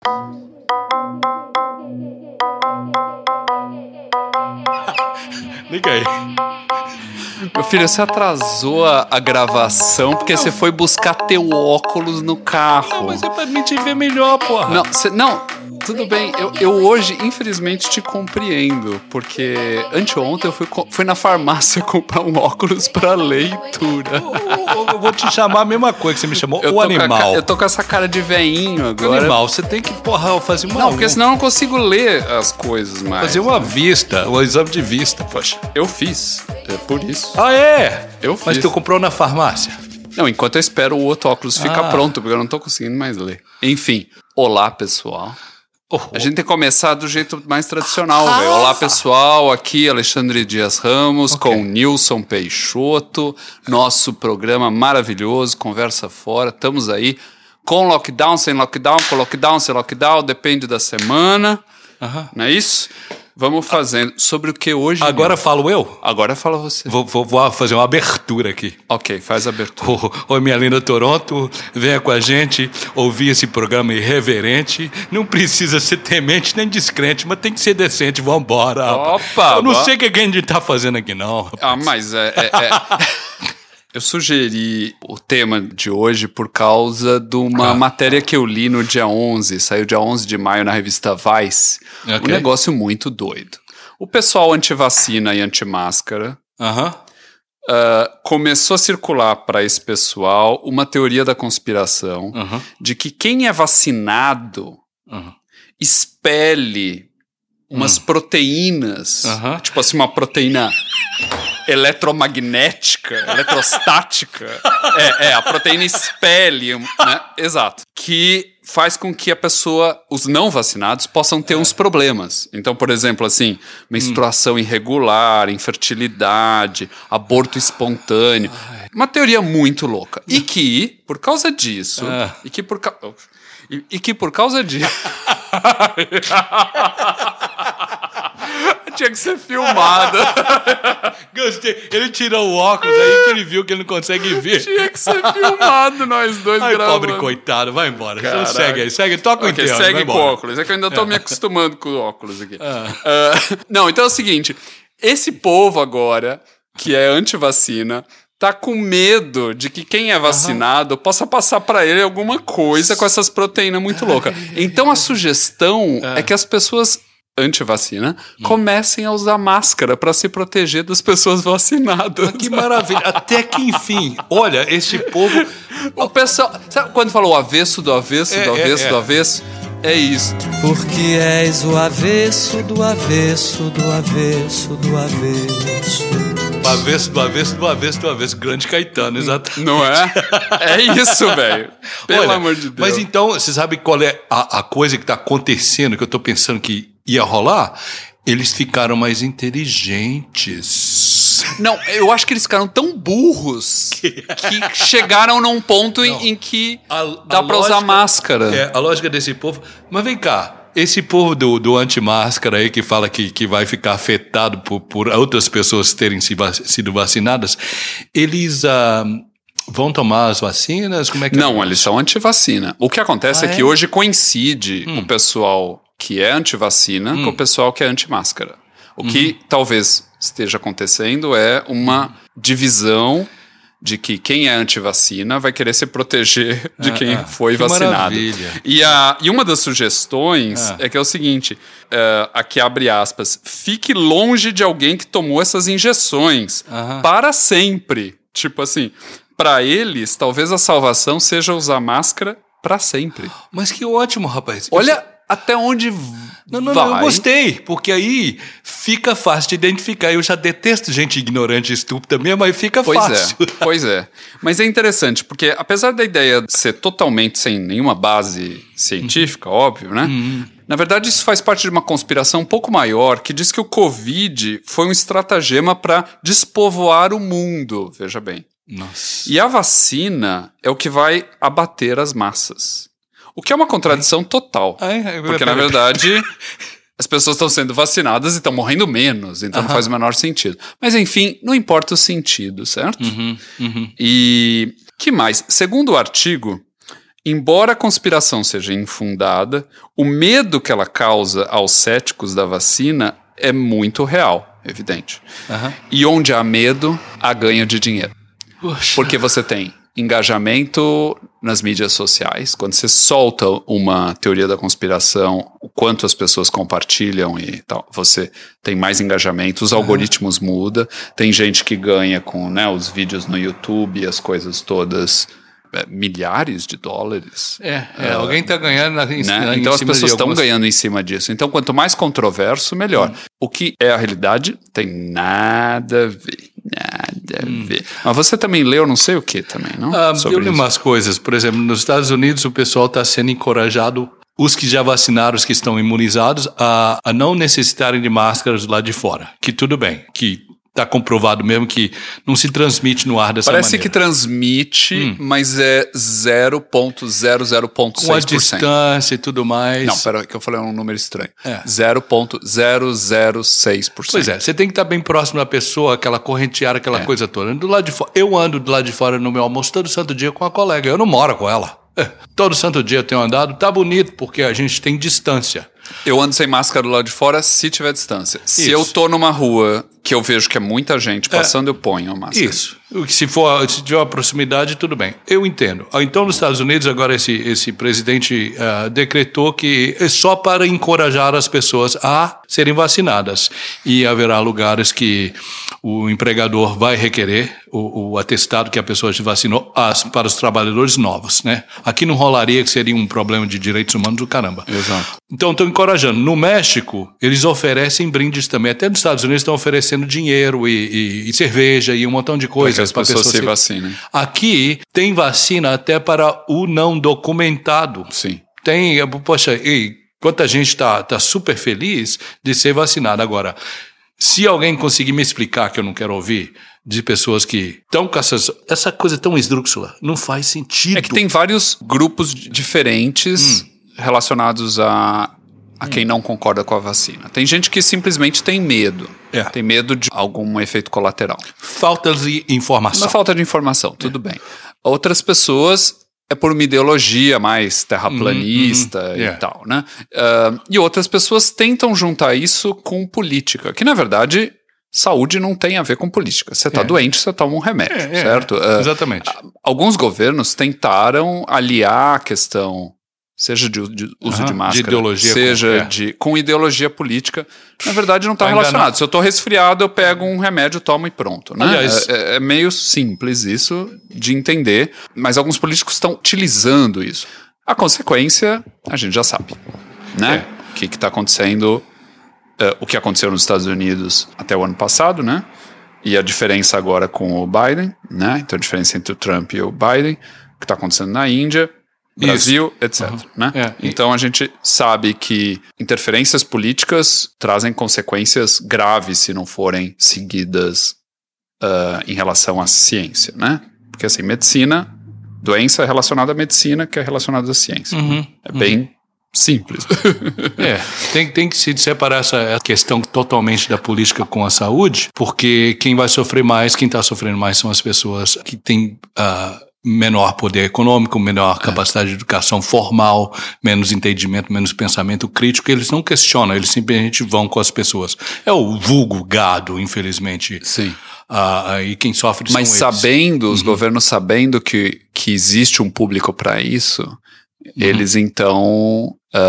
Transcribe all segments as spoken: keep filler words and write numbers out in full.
Liga aí. Meu filho, você atrasou a, a gravação porque você foi buscar teu óculos no carro. Não, mas é pra mim te ver melhor, porra. Não, cê, não tudo bem. Eu, eu hoje, infelizmente, te compreendo. Porque anteontem eu fui, fui na farmácia comprar um óculos pra leitura. Eu, eu vou te chamar a mesma coisa que você me chamou, eu o animal. A, eu tô com essa cara de veinho agora. Animal, você tem que, porra, fazer uma... Não, porque senão eu não consigo ler as coisas mais. Fazer uma vista, um exame de vista, poxa. Eu fiz, é por isso. Ah, é? Eu fiz. Mas tu comprou na farmácia? Não, enquanto eu espero o outro óculos ficar ah. pronto, porque eu não tô conseguindo mais ler. Enfim, olá, pessoal. Oh, oh. A gente tem que começar do jeito mais tradicional, ah. velho. Olá, pessoal. Aqui Alexandre Dias Ramos okay. com Nilson Peixoto. Nosso programa maravilhoso, Conversa Fora. Estamos aí com lockdown, sem lockdown, com lockdown, sem lockdown. Depende da semana. Uh-huh. Não é isso? Vamos fazendo. Sobre o que hoje... Agora mesmo? Falo eu? Agora fala você. Vou, vou, vou fazer uma abertura aqui. Ok, faz a abertura. Oi, minha linda Toronto. Venha com a gente ouvir esse programa irreverente. Não precisa ser temente nem descrente, mas tem que ser decente. Vambora. Opa! Eu não bo... sei o que a gente tá fazendo aqui, não. Rapaz. Ah, mas é... é, é... Eu sugeri o tema de hoje por causa de uma ah. matéria que eu li no dia onze, saiu dia onze de maio na revista Vice. Okay. Um negócio muito doido. O pessoal anti-vacina e anti-máscara uh-huh. uh, começou a circular para esse pessoal uma teoria da conspiração uh-huh. de que quem é vacinado uh-huh. expele umas uh-huh. proteínas, uh-huh. tipo assim, uma proteína... eletromagnética, eletrostática. É, é, a proteína expele, né? Exato. Que faz com que a pessoa, os não vacinados, possam ter é. uns problemas. Então, por exemplo, assim, menstruação hum. irregular, infertilidade, aborto espontâneo. Ai. Uma teoria muito louca. E que, por causa disso, é. e que por causa... E, e que por causa disso... Tinha que ser filmado. Gostei. Ele tirou o óculos aí que ele viu que ele não consegue ver. Tinha que ser filmado, nós dois Ai, gravando. Pobre coitado, vai embora. Então segue aí, segue, toca o okay, inteiro. Segue com o óculos. É que eu ainda tô me acostumando com o óculos aqui. Ah. Uh, não, então é o seguinte. Esse povo agora, que é anti-vacina, tá com medo de que quem é vacinado uhum. possa passar pra ele alguma coisa com essas proteínas muito loucas. Então a sugestão é, é que as pessoas... anti-vacina, hum. comecem a usar máscara para se proteger das pessoas vacinadas. Ah, que maravilha. Até que enfim. Olha, esse povo... O pessoal... Sabe quando falou o avesso do avesso, é, do avesso, é, é. do avesso? É isso. Porque és o avesso do avesso do avesso do avesso. O avesso do avesso do avesso do avesso. Grande Caetano, exatamente. Não é? É isso, velho. Pelo Olha, amor de Deus. Mas então, você sabe qual é a, a coisa que tá acontecendo, que eu tô pensando que ia rolar? Eles ficaram mais inteligentes. Não, eu acho que eles ficaram tão burros que, que chegaram num ponto em, em que a, dá a pra lógica, usar máscara. É, a lógica desse povo... Mas vem cá, esse povo do, do anti-máscara aí que fala que, que vai ficar afetado por, por outras pessoas terem se vac, sido vacinadas, eles... Uh, vão tomar as vacinas? Como é que Não, é? eles são anti-vacina. O que acontece ah, é? é que hoje coincide hum. o pessoal... que é anti-vacina hum. com o pessoal que é anti-máscara. O uhum. que talvez esteja acontecendo é uma divisão de que quem é anti-vacina vai querer se proteger de ah, quem ah, foi que vacinado. Maravilha. E, a, e uma das sugestões ah. é que é o seguinte, uh, aqui abre aspas, fique longe de alguém que tomou essas injeções uh-huh. para sempre. Tipo assim, para eles, talvez a salvação seja usar máscara para sempre. Mas que ótimo, rapaz. Olha... Eu... até onde não, não, vai. Não, eu gostei, porque aí fica fácil de identificar. Eu já detesto gente ignorante e estúpida mesmo, aí fica pois fácil. É, pois é. Mas é interessante, porque apesar da ideia ser totalmente sem nenhuma base científica, uhum. óbvio, né? Uhum. Na verdade, isso faz parte de uma conspiração um pouco maior, que diz que o Covid foi um estratagema para despovoar o mundo, veja bem. Nossa. E a vacina é o que vai abater as massas. O que é uma contradição total. Ai, ai, porque, na verdade, as pessoas estão sendo vacinadas e estão morrendo menos. Então, uh-huh. não faz o menor sentido. Mas, enfim, não importa o sentido, certo? Uhum, uhum. E que mais? Segundo o artigo, embora a conspiração seja infundada, o medo que ela causa aos céticos da vacina é muito real, evidente. Uhum. E onde há medo, há ganho de dinheiro. Poxa. Porque você tem engajamento nas mídias sociais. Quando você solta uma teoria da conspiração, o quanto as pessoas compartilham e tal, você tem mais engajamento, os algoritmos uhum. mudam. Tem gente que ganha com, né, os vídeos no YouTube e as coisas todas, é, milhares de dólares. É, é uh, alguém está ganhando na, em, né? na, Então em as cima pessoas estão algumas... ganhando em cima disso. Então quanto mais controverso, melhor. Hum. O que é a realidade tem nada a ver. Nada a ver. Hum. Mas você também leu não sei o que também, não? Ah, eu li umas coisas. Por exemplo, nos Estados Unidos o pessoal está sendo encorajado, os que já vacinaram, os que estão imunizados, a, a não necessitarem de máscaras lá de fora. Que tudo bem, que está comprovado mesmo que não se transmite no ar dessa Parece maneira. Parece que transmite, hum. mas é zero vírgula zero zero seis por cento. Com a distância e tudo mais. Não, pera que eu falei um número estranho. É. zero vírgula zero zero seis por cento. Pois é, você tem que estar bem próximo da pessoa, aquela correnteada, aquela é. coisa toda. Do lado de fora, eu ando do lado de fora no meu almoço todo santo dia com a colega, eu não moro com ela. É, todo santo dia eu tenho andado, tá bonito, porque a gente tem distância. Eu ando sem máscara do lado de fora se tiver distância. Se Isso. eu tô numa rua que eu vejo que é muita gente passando, é. eu ponho a máscara. Isso. Se for, se tiver uma proximidade, tudo bem. Eu entendo. Então, nos Estados Unidos, agora esse, esse presidente uh, decretou que é só para encorajar as pessoas a serem vacinadas. E haverá lugares que o empregador vai requerer o, o atestado que a pessoa se vacinou as, para os trabalhadores novos, né? Aqui não rolaria, que seria um problema de direitos humanos do caramba. Exato. Então, estou encorajando. No México, eles oferecem brindes também. Até nos Estados Unidos estão oferecendo dinheiro e, e, e cerveja e um montão de coisas. Para as pessoas se vacinem. Aqui tem vacina até para o não documentado. Sim. Tem, poxa, e quanta gente está tá super feliz de ser vacinada. Agora, se alguém conseguir me explicar, que eu não quero ouvir, de pessoas que estão com essas, essa coisa tão esdrúxula, não faz sentido. É que tem vários grupos diferentes hum. relacionados a... a quem não concorda com a vacina. Tem gente que simplesmente tem medo. É. Tem medo de algum efeito colateral. Falta de informação. Uma falta de informação, tudo é. bem. Outras pessoas é por uma ideologia mais terraplanista mm-hmm. e yeah. tal, né? Uh, e outras pessoas tentam juntar isso com política, que na verdade... Saúde não tem a ver com política. Você está é. doente, você toma um remédio, é, certo? É, exatamente. Uh, alguns governos tentaram aliar a questão... seja de, de uso uhum, de máscara, de ideologia seja com, é. de, com ideologia política, na verdade não está relacionado. Enganar. Se eu estou resfriado, eu pego um remédio, tomo e pronto. Né? Aliás, é, é meio simples isso de entender, mas alguns políticos estão utilizando isso. A consequência, a gente já sabe. Né? É. O que está acontecendo, uh, o que aconteceu nos Estados Unidos até o ano passado, né? E a diferença agora com o Biden, né? Então a diferença entre o Trump e o Biden, o que está acontecendo na Índia, Brasil, Isso. etcétera. Uhum. Né? É. Então a gente sabe que interferências políticas trazem consequências graves se não forem seguidas uh, em relação à ciência, né? Porque assim, medicina, doença é relacionada à medicina, que é relacionada à ciência. Uhum. É bem uhum. simples. É, tem, tem que se separar essa questão totalmente da política com a saúde, porque quem vai sofrer mais, quem está sofrendo mais são as pessoas que têm... Uh, menor poder econômico, menor capacidade de educação formal, menos entendimento, menos pensamento crítico. Eles não questionam, eles simplesmente vão com as pessoas. É o vulgo gado, infelizmente. Sim. Ah, e quem sofre são Mas eles. sabendo, os uhum. governos sabendo que, que existe um público para isso, uhum. eles então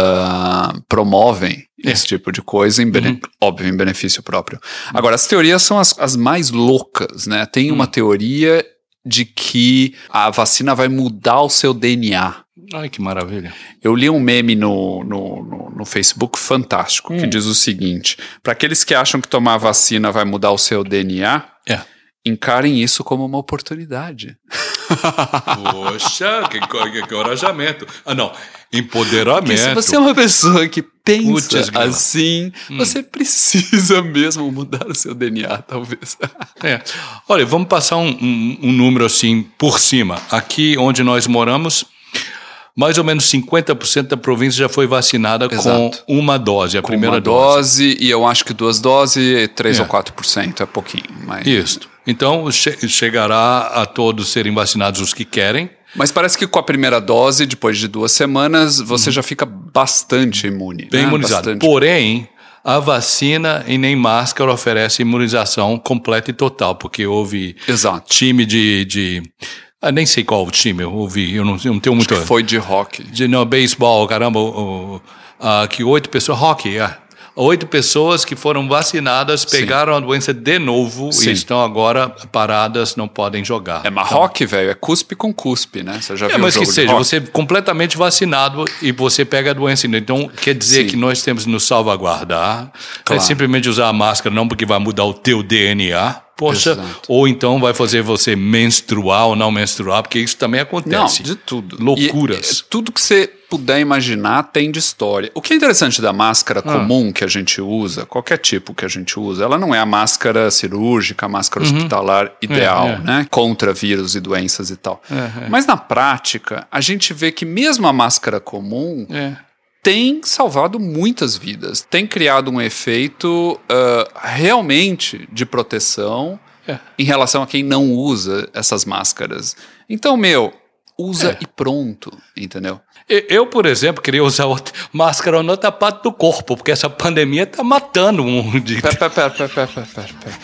uh, promovem é. esse tipo de coisa, em bene- uhum. óbvio, em benefício próprio. Uhum. Agora, as teorias são as, as mais loucas, né? Tem uhum. uma teoria de que a vacina vai mudar o seu D N A. Ai, que maravilha. Eu li um meme no, no, no, no Facebook fantástico, hum. que diz o seguinte: para aqueles que acham que tomar vacina vai mudar o seu D N A, é. encarem isso como uma oportunidade. Poxa, que, que encorajamento. Ah, não, empoderamento. Porque se você é uma pessoa que pensa assim, hum. você precisa mesmo mudar o seu D N A, talvez. É. Olha, vamos passar um, um, um número assim por cima. Aqui onde nós moramos, mais ou menos cinquenta por cento da província já foi vacinada Exato. com uma dose, a com primeira uma dose. dose. E eu acho que duas doses, três é. ou quatro por cento é pouquinho. Mas... Isso. Então, che- chegará a todos serem vacinados os que querem. Mas parece que com a primeira dose, depois de duas semanas, você hum. já fica bastante imune. Bem né? imunizado. Bastante. Porém, a vacina e nem máscara oferece imunização completa e total, porque houve Exato. time de... de ah, nem sei qual o time eu ouvi, eu não, eu não tenho muito... Acho que foi de hockey. De, não, beisebol, caramba, o, o, uh, que oito pessoas... Hockey, é. Oito pessoas que foram vacinadas pegaram Sim. a doença de novo Sim. e estão agora paradas, não podem jogar. É, mas então, hockey, velho, é cuspe com cuspe, né? Você já é, viu mas o jogo que seja, hockey? você é completamente vacinado e você pega a doença. Então, quer dizer Sim. que nós temos que nos salvaguardar. Claro. É simplesmente usar a máscara, não porque vai mudar o teu D N A. Poxa, Exato. Ou então vai fazer você menstruar ou não menstruar, porque isso também acontece. Não, de tudo. Loucuras. E, tudo que você puder imaginar tem de história. O que é interessante da máscara ah. comum que a gente usa, qualquer tipo que a gente usa, ela não é a máscara cirúrgica, a máscara uhum. hospitalar ideal, é, é. né? Contra vírus e doenças e tal. É, é. Mas na prática, a gente vê que mesmo a máscara comum... É. tem salvado muitas vidas, tem criado um efeito uh, realmente de proteção é. em relação a quem não usa essas máscaras. Então, meu, usa é. e pronto, entendeu? Eu, por exemplo, queria usar outra máscara na outra parte do corpo, porque essa pandemia tá matando um de... Pera, pera, pera, pera, pera, pera, pera.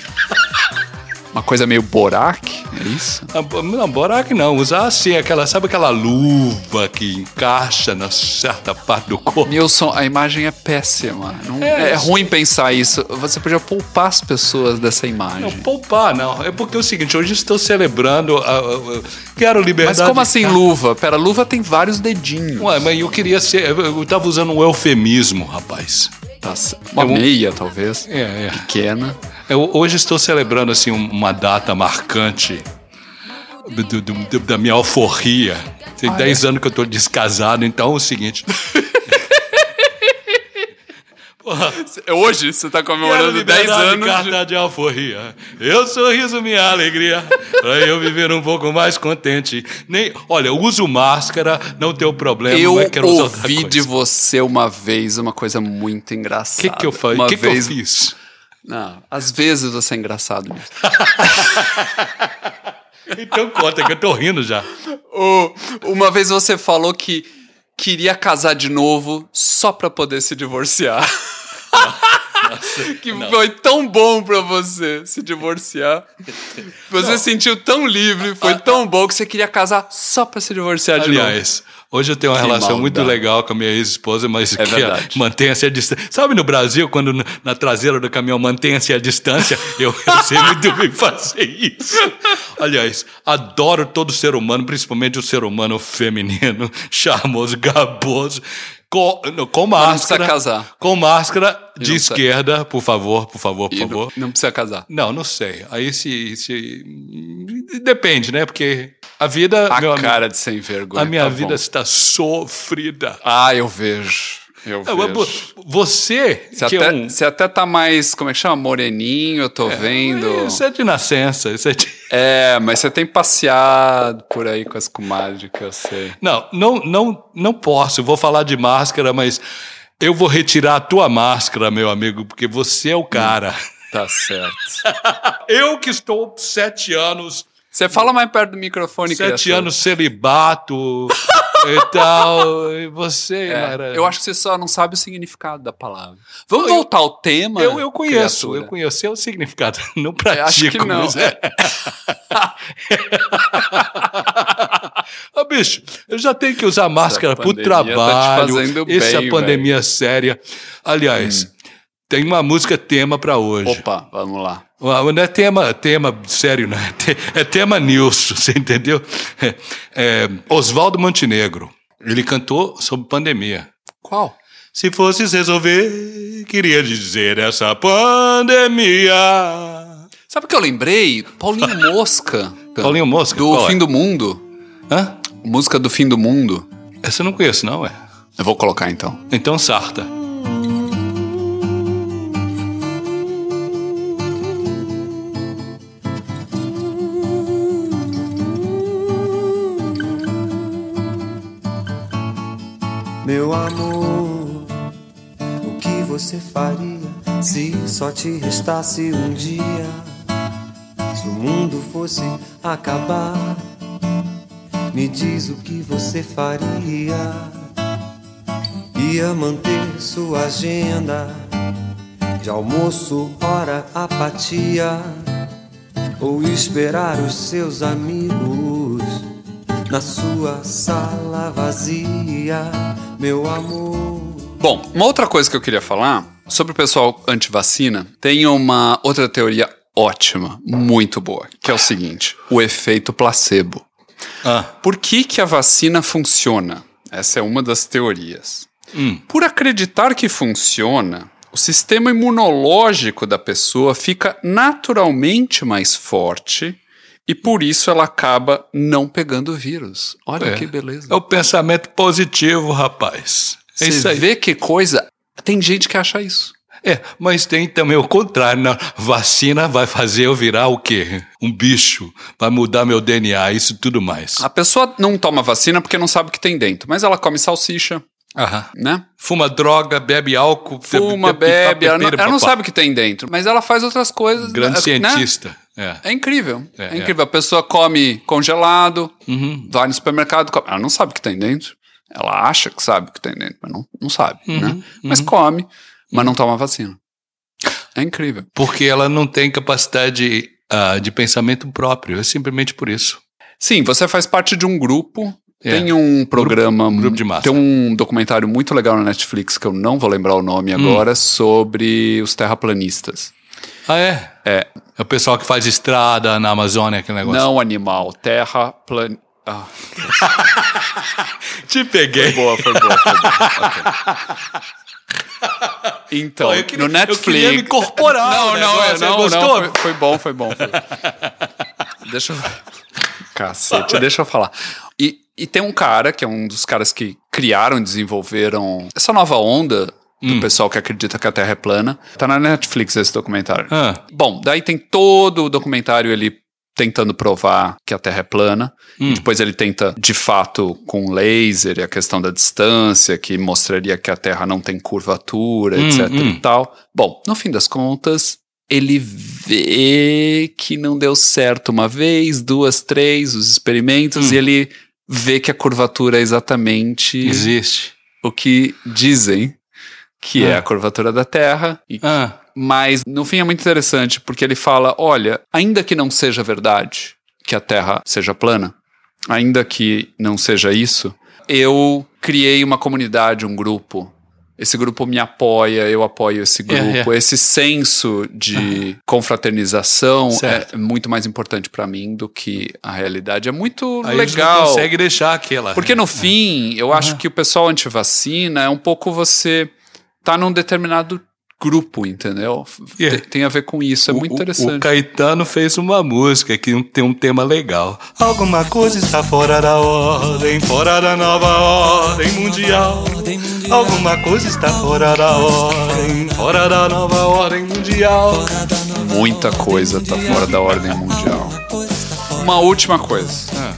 Uma coisa meio Borac, é isso? Não, Borac não. Usar assim, aquela, sabe aquela luva que encaixa na certa parte do corpo? Nilson, a imagem é péssima. Não, é, é ruim pensar isso. Você podia poupar as pessoas dessa imagem. Não, poupar não. É porque é o seguinte, hoje estou celebrando a, a, a, quero liberdade. Mas como assim luva? Pera, luva tem vários dedinhos. Ué, mas eu queria ser... Eu tava usando um eufemismo, rapaz. Tá, uma eu, meia, talvez. É, é. Pequena. Eu, hoje estou celebrando assim, uma data marcante do, do, do, da minha alforria. Tem dez anos que eu estou descasado, então é o seguinte... Porra, hoje você está comemorando dez anos de carta de alforria. Eu sorriso minha alegria para eu viver um pouco mais contente. Nem, olha, eu uso máscara, não tenho problema. Eu mas quero usar outra ouvi coisa. de você uma vez uma coisa muito engraçada. O que, que eu falei? O que, vez... que eu fiz? Não, às vezes você é engraçado mesmo. Então conta que eu tô rindo já. Oh, uma vez você falou que queria casar de novo só pra poder se divorciar. Nossa, que não. Foi tão bom pra você se divorciar. Você não. sentiu tão livre, foi ah, tão bom que você queria casar só pra se divorciar de aliás, novo. Hoje eu tenho uma que relação maldade. muito legal com a minha ex-esposa, mas é que mantenha-se a distância. Sabe no Brasil, quando na traseira do caminhão mantém-se a distância, eu, eu sei muito bem fazer isso. Aliás, adoro todo ser humano, principalmente o ser humano feminino, charmoso, garboso, com, com máscara. Não precisa casar. Com máscara de esquerda, precisa... por favor, por favor, por e favor. Não, não precisa casar. Não, não sei. Aí se, se... depende, né? Porque a vida... A meu cara amigo, de sem vergonha. A minha tá vida bom. está sofrida. Ah, eu vejo. Eu é, vejo. Você... Você que até, é um... você até tá mais, como é que chama? Moreninho, eu tô é, vendo. Isso é de nascença. Isso é, de... é, mas você tem passeado por aí com as comadres, que eu sei. Não, não, não, não posso. Vou falar de máscara, mas eu vou retirar a tua máscara, meu amigo, porque você é o cara. Hum, tá certo. Eu que estou sete anos... Você fala mais perto do microfone, Sete criatura. anos celibato e tal. E você, é, era... Eu acho que você só não sabe o significado da palavra. Vamos eu, voltar ao tema? Eu, eu conheço, criatura. eu conheço o significado. Não pratico. Acho que não. Mas é. Ah, bicho, eu já tenho que usar máscara pro trabalho. Tá Essa bem, pandemia véio. séria. Aliás, hum. tem uma música tema pra hoje. Opa, vamos lá. Não é tema, tema sério, não. É tema Nilson, você entendeu? É, é, Oswaldo Montenegro. Ele cantou sobre pandemia. Qual? Se fosses resolver, queria dizer essa pandemia. Sabe o que eu lembrei? Paulinho Mosca. Paulinho Mosca? Do Qual Fim é? do Mundo. Hã? Música do Fim do Mundo. Essa eu não conheço, não, é? Eu vou colocar, então. Então, sarta. Meu amor, o que você faria se só te restasse um dia? Se o mundo fosse acabar Me diz o que você faria. Ia manter sua agenda de almoço, hora, apatia, ou esperar os seus amigos na sua sala vazia, meu amor. Bom, uma outra coisa que eu queria falar sobre o pessoal anti-vacina, tem uma outra teoria ótima, muito boa, que é o seguinte, o efeito placebo. Ah. Por que que a vacina funciona? Essa é uma das teorias. Hum. Por acreditar que funciona, o sistema imunológico da pessoa fica naturalmente mais forte e por isso ela acaba não pegando o vírus. Olha é. que beleza. É o pensamento positivo, rapaz. É Você vê que coisa... Tem gente que acha isso. É, mas tem também o contrário. Né? Vacina vai fazer eu virar o quê? Um bicho. Vai mudar meu D N A, isso tudo mais. A pessoa não toma vacina porque não sabe o que tem dentro. Mas ela come salsicha. Aham. Né? Fuma droga, bebe álcool. Fuma, bebe. Ela não, ela não sabe o que tem dentro. Mas ela faz outras coisas. Grande né? cientista. É. é incrível. É, é incrível. É. A pessoa come congelado, uhum. vai no supermercado, come. Ela não sabe o que tem dentro. Ela acha que sabe o que tem dentro, mas não, não sabe. Uhum. Né? Uhum. Mas come. Mas não toma vacina. É incrível. Porque ela não tem capacidade uh, de pensamento próprio. É simplesmente por isso. Sim, você faz parte de um grupo. É. Tem um programa... Grupo, grupo de massa. Tem um documentário muito legal na Netflix, que eu não vou lembrar o nome agora, hum. sobre os terraplanistas. Ah, é? É. É o pessoal que faz estrada na Amazônia, aquele negócio. Não animal. Terraplan... Ah. Te peguei. Foi boa, foi boa. Foi boa. Okay. Então, Pô, queria, no Netflix... Eu queria me incorporar. Não, né? não, Você não, gostou? não foi, foi bom, foi bom. Foi. Deixa eu... Cacete, Fala. deixa eu falar. E, e tem um cara, que é um dos caras que criaram e desenvolveram essa nova onda do hum. pessoal que acredita que a Terra é plana. Tá na Netflix esse documentário. Ah. Bom, daí tem todo o documentário ele tentando provar que a Terra é plana. Hum. Depois ele tenta, de fato, com laser e a questão da distância, que mostraria que a Terra não tem curvatura, hum, etc hum. e tal. Bom, no fim das contas, ele vê que não deu certo uma vez, duas, três, os experimentos, hum. e ele vê que a curvatura é exatamente... Existe. O que dizem que ah. é a curvatura da Terra. E, ah. Mas, no fim, é muito interessante, porque ele fala, olha, ainda que não seja verdade que a Terra seja plana, ainda que não seja isso, eu criei uma comunidade, um grupo. Esse grupo me apoia, eu apoio esse grupo. É, é. Esse senso de ah. confraternização certo. é muito mais importante para mim do que a realidade. É muito Aí legal. Você consegue deixar aquela... Porque, no é. fim, eu acho ah. que o pessoal antivacina é um pouco você... tá num determinado grupo, entendeu? Yeah. Tem, tem a ver com isso, é o, muito interessante. O Caetano fez uma música que tem um tema legal. Alguma coisa está fora da ordem, fora da nova ordem mundial. Alguma coisa está fora da ordem, fora da nova ordem mundial. Muita coisa está fora da ordem mundial. Uma última coisa. Ah.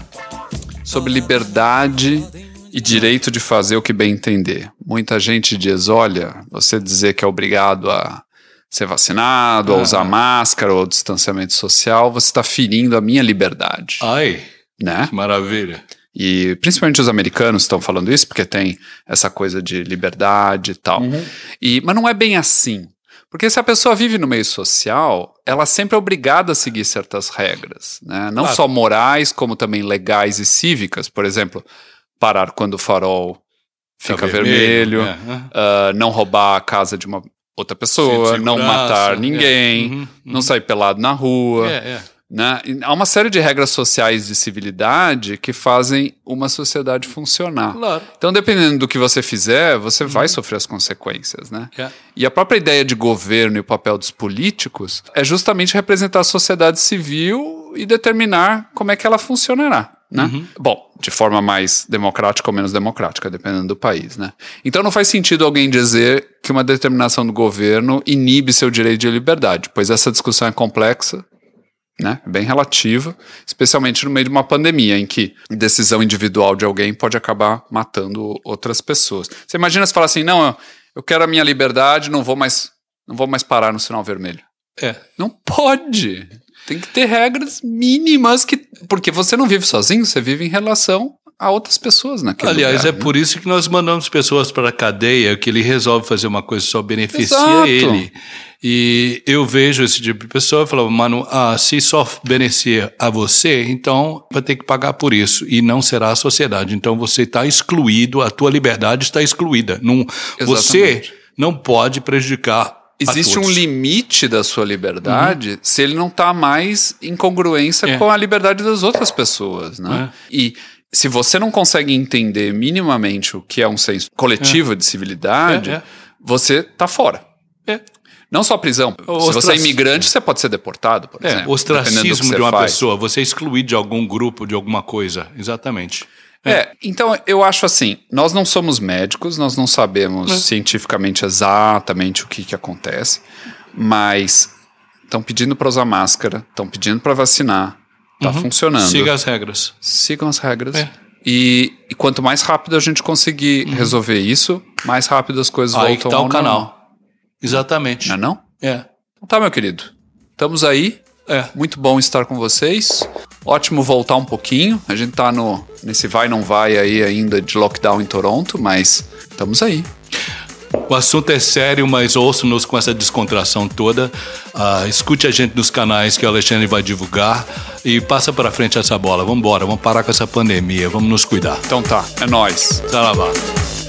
Sobre liberdade... e direito de fazer o que bem entender. Muita gente diz, olha, você dizer que é obrigado a ser vacinado, ah. a usar máscara ou distanciamento social, você está ferindo a minha liberdade. Ai, né? Que maravilha. E principalmente os americanos estão falando isso, porque tem essa coisa de liberdade e tal. Uhum. E, mas não é bem assim. Porque se a pessoa vive no meio social, ela sempre é obrigada a seguir certas regras, né? Não claro. Só morais, como também legais e cívicas. Por exemplo... parar quando o farol fica tá vermelho, vermelho é. uh, não roubar a casa de uma outra pessoa, não matar ninguém, é. uhum, uhum. não sair pelado na rua. É, é. Né? Há uma série de regras sociais de civilidade que fazem uma sociedade funcionar. Claro. Então, dependendo do que você fizer, você uhum. vai sofrer as consequências. Né? É. E a própria ideia de governo e o papel dos políticos é justamente representar a sociedade civil e determinar como é que ela funcionará. Né? Uhum. Bom, de forma mais democrática ou menos democrática, dependendo do país, né? Então não faz sentido alguém dizer que uma determinação do governo inibe seu direito de liberdade, pois essa discussão é complexa, né? Bem relativa, especialmente no meio de uma pandemia, em que decisão individual de alguém pode acabar matando outras pessoas. Você imagina se falar assim, não, eu quero a minha liberdade, não vou mais, não vou mais parar no sinal vermelho. É. Não pode. Tem que ter regras mínimas, que porque você não vive sozinho, você vive em relação a outras pessoas naquele Aliás, lugar, é né? por isso que nós mandamos pessoas para a cadeia, que ele resolve fazer uma coisa que só beneficia Exato. ele. E eu vejo esse tipo de pessoa e falo, mano, ah, se só beneficia a você, então vai ter que pagar por isso. E não será a sociedade. Então você está excluído, a tua liberdade está excluída. Não, você não pode prejudicar. Existe um limite da sua liberdade uhum. se ele não está mais em congruência é. com a liberdade das outras pessoas, né? É. E se você não consegue entender minimamente o que é um senso coletivo é. de civilidade, é, é. você está fora. É. Não só prisão. O se ostrac... você é imigrante, você pode ser deportado, por é, exemplo. O ostracismo de uma faz. pessoa, você é excluído de algum grupo, de alguma coisa. Exatamente. É. é, então eu acho assim, nós não somos médicos, nós não sabemos é. cientificamente exatamente o que, que acontece, mas estão pedindo para usar máscara, estão pedindo para vacinar, tá uhum. funcionando. Siga as regras. Sigam as regras. É. E, e quanto mais rápido a gente conseguir uhum. resolver isso, mais rápido as coisas Aí voltam que tá ao o canal. normal. Exatamente. Não é não? É. Então tá, meu querido. Estamos aí. É. Muito bom estar com vocês. Ótimo voltar um pouquinho. A gente tá no, nesse vai não vai aí ainda de lockdown em Toronto, mas estamos aí. O assunto é sério, mas ouça-nos com essa descontração toda. Uh, escute a gente nos canais que o Alexandre vai divulgar e passa para frente essa bola. Vamos embora, vamos parar com essa pandemia, vamos nos cuidar. Então tá, é nóis. Saravá.